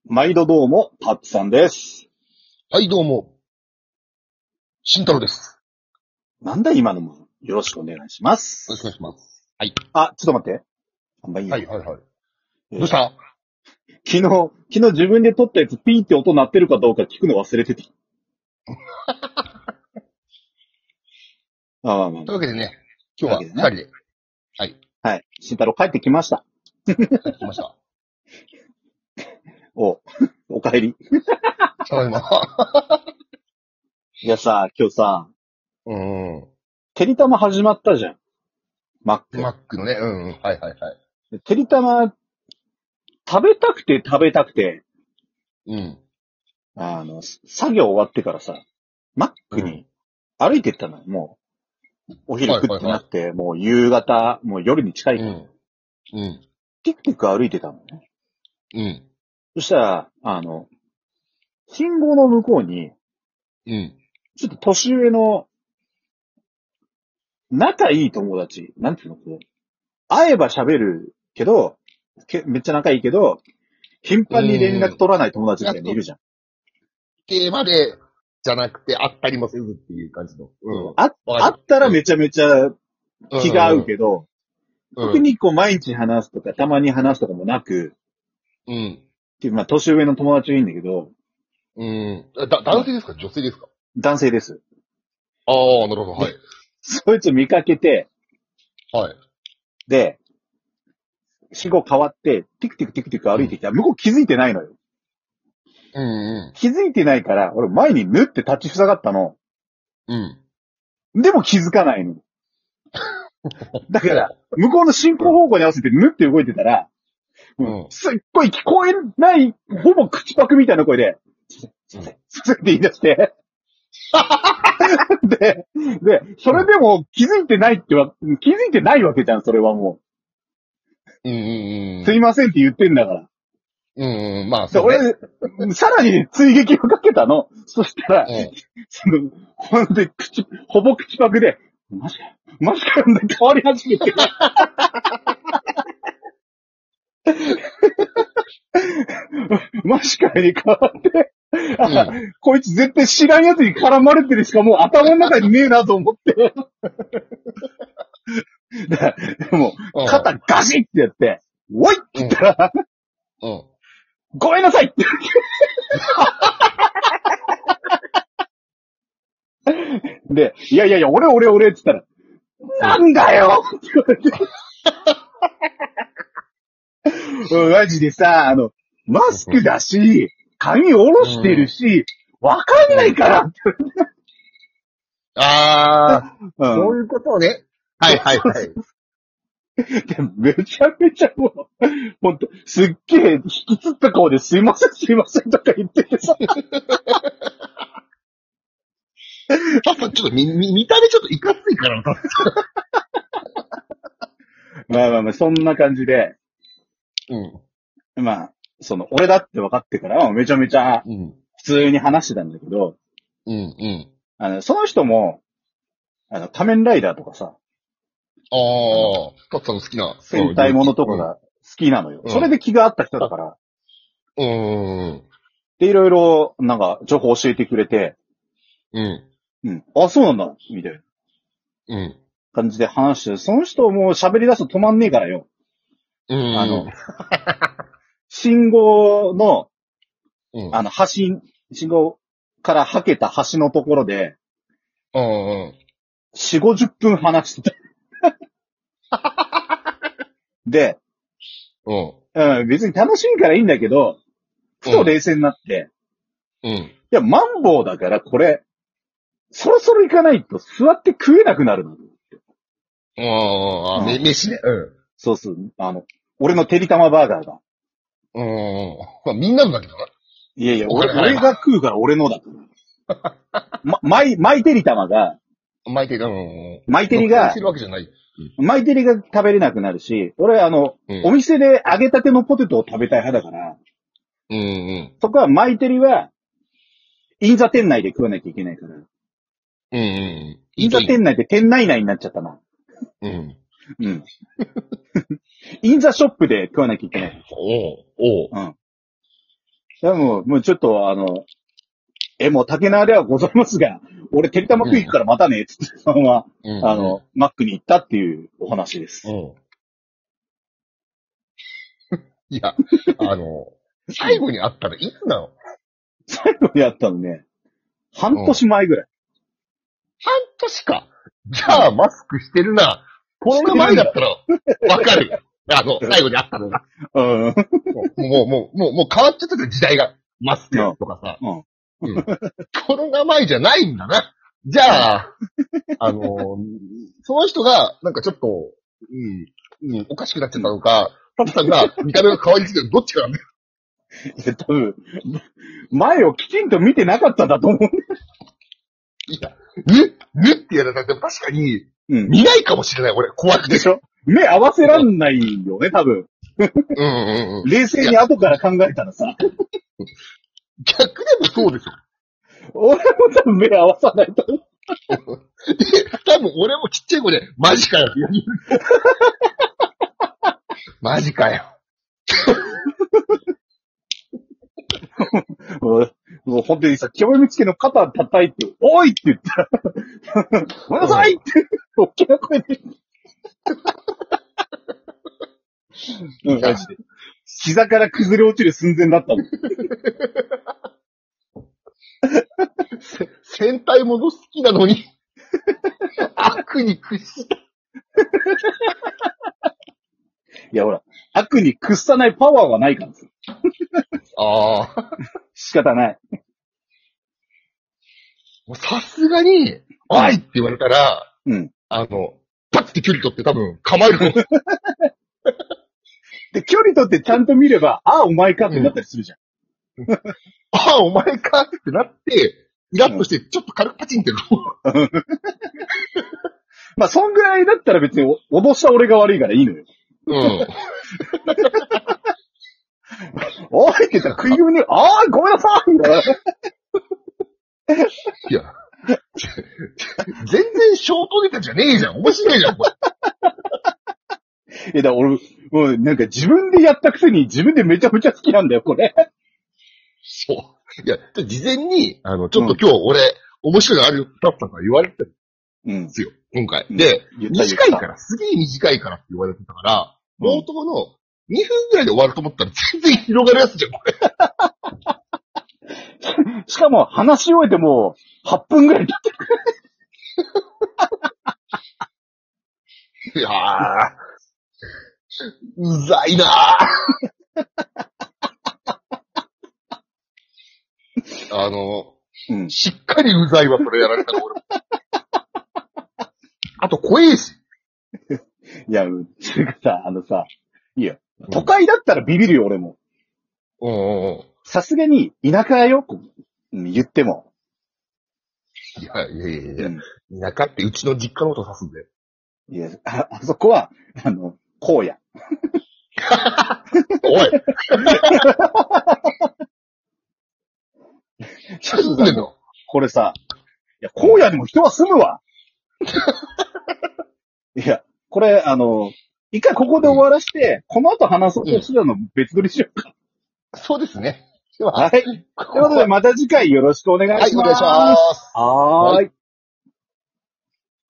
毎度どうも、タッツさんです。 はい、どうも。慎太郎です。 なんだ今のも、よろしくお願いしまよす。 ろしくお願いします。はい。 あ、ちょっと待って。あんまいいよ。 はい、はい、はい。 えーどうした昨日自分で撮ったやつピーって音鳴ってるかどうか聞くの忘れてた。ああ、まあまあ。 というわけでね、今日は二人で、はい、 はい。慎太郎帰ってきました。 帰ってきました。 お帰り。 ただいま。 いやさ、今日さ、 うん。 てりたま始まったじゃん。マック。 マックのね、うん、はい、はい、はい。 でてりたま、食べたくて、 うん。 作業終わってからさ、マックに歩いてったのよ。もう、お昼食ってなくて、もう夕方、もう夜に近いから、 うん。 ティクティク歩いてたのね。 うん。 そしたら、信号の向こうに、 うん。 ちょっと年上の、仲いい友達、なんていうの、こう、会えば喋るけど、めっちゃ仲いいけど、頻繁に連絡取らない友達みたいにいるじゃん。 テーマで、じゃなくて、あったりもせずっていう感じの。 あったらめちゃめちゃ気が合うけど、特にこう毎日話すとか、たまに話すとかもなく、っていう、まあ年上の友達がいいんだけど、 男性ですか女性ですか男性です。 ああ、なるほど、はい。 そいつ見かけて、 はい。 で、信号変わって、ティクティクティクティク歩いてきたら、向こう気づいてないのよ。気づいてないから、俺前に縫って立ち塞がったの。でも気づかないの。だから、向こうの進行方向に合わせて縫って動いてたら、すっごい聞こえない、ほぼ口パクみたいな声で、すいませんって言い出して、で、それでも気づいてないわけじゃん、それはもう。すいませんって言ってんだから。 まあ、そうね。 俺、さらに追撃をかけたの。そしたら、ほんで、ほぼ口パクで、マジかよ、変わり始めて。マジかよに変わって、こいつ絶対知らん奴に絡まれてるしかもう頭の中にねえなと思って。でも、肩ガシッってやって、おいって言ったら、ごめんなさいってで、いや、俺って言ったら、なんだよって言われて。マジでさ、マスクだし、髪下ろしてるし、わかんないからってそういうことね。はい。 でめちゃめちゃもう、ほんと、すっげえ引きつった顔ですいませんとか言っててさ。 ちょっと見た目ちょっといかついからな。 まあ、そんな感じで。まあ、俺だって分かってから、めちゃめちゃ、普通に話してたんだけど、その人も、仮面ライダーとかさ、 タッツさんの好きな。 戦隊ものとかが好きなのよ。それで気が合った人だから。で、いろいろ、なんか、情報教えてくれて、あ、そうなんだ、みたいな。感じで話して、その人も喋り出すと止まんねえからよ。信号の、信号からはけた橋のところで、4、50分話してた。で、別に楽しいからいいんだけど、ふと冷静になって、いや、マンボウだからこれ、そろそろ行かないと座って食えなくなるの。 飯ね。 そう。俺のてりたまバーガーが。 まあ、みんなのだけどな。 いや、俺が食うから俺のだから。マイテリタマが、マイテリが食べれなくなるし、俺お店で揚げたてのポテトを食べたい派だから、そこはマイテリは、インザ店内で食わなきゃいけないから。インザ店内って店内になっちゃったな。インザショップで食わなきゃいけない。 でも、もうちょっともう竹縄ではございますが、俺、てりたま食い行くからまたね、つって、そのまま、マックに行ったっていうお話です。 いや、最後に会ったらいつなの？ 最後に会ったのね、半年前ぐらい。 半年か。じゃあ、マスクしてるな。コロナ前だったら、わかる。最後に会ったのが。もう変わっちゃった時代が。マスクとかさ。コロナ前じゃないんだな。じゃあ、その人が、なんかちょっと、おかしくなっちゃったのか、タツさんが見た目が変わりすぎるどっちかなんだよ。 いや、多分、前をきちんと見てなかったんだと思う。 いや、ねって言われたら、でも確かに、見ないかもしれない、俺、怖くて。 でしょ？目合わせらんないよね、多分。冷静に後から考えたらさ。 逆でもそうでしょ。 俺も多分目合わさないと思う。 多分俺もちっちゃい子で、マジかよって言う。マジかよ。 もう本当にさ、清光家の肩叩いて、おいって言ったら、ごめんなさいって、大きな声で。マジで。膝から崩れ落ちる寸前だったもん。 戦隊もの好きなのに、悪に屈した。 いやほら、悪に屈さないパワーはないからさ。仕方ない。 さすがに、おいって言われたら、パッて距離取って多分構えると思う。 で、距離取ってちゃんと見れば、ああ、お前かってなったりするじゃん。 ああ、お前かってなって、イラッとしてちょっと軽くパチンってる。 まあ、そんぐらいだったら別に脅した俺が悪いからいいのよ。おいって言ったら食い気味に、ああ、ごめんなさいみたいな。 いや、全然ショートネタじゃねえじゃん。面白いじゃん、これ。 だから俺、もうなんか自分でやったくせに自分でめちゃめちゃ好きなんだよ、これ。 そう。いや、事前に、ちょっと今日俺、面白いのあるよってタッさんから言われてたんですよ、今回。で、短いから、すげえ短いからって言われてたから、冒頭の2分ぐらいで終わると思ったら全然広がるやつじゃん、これ。 しかも話し終えてもう8分ぐらい経ってる。いやー、うざいなー。しっかりうざいわ、それやられたら俺も。あと怖えし。 いや、それがさ、いや、都会だったらビビるよ、俺も。さすがに田舎よ、言っても。 いや、田舎ってうちの実家のこと指すんだよ。 いや、あそこは、荒野。 おい住んでんの？これさ、いや、荒野にも人は住むわ。いや、これ、一回ここで終わらして、この後話そうとしてたの別撮りしようか。 そうですね。 はい。ということで、また次回よろしくお願いします。 はい、お願いします。 はーい。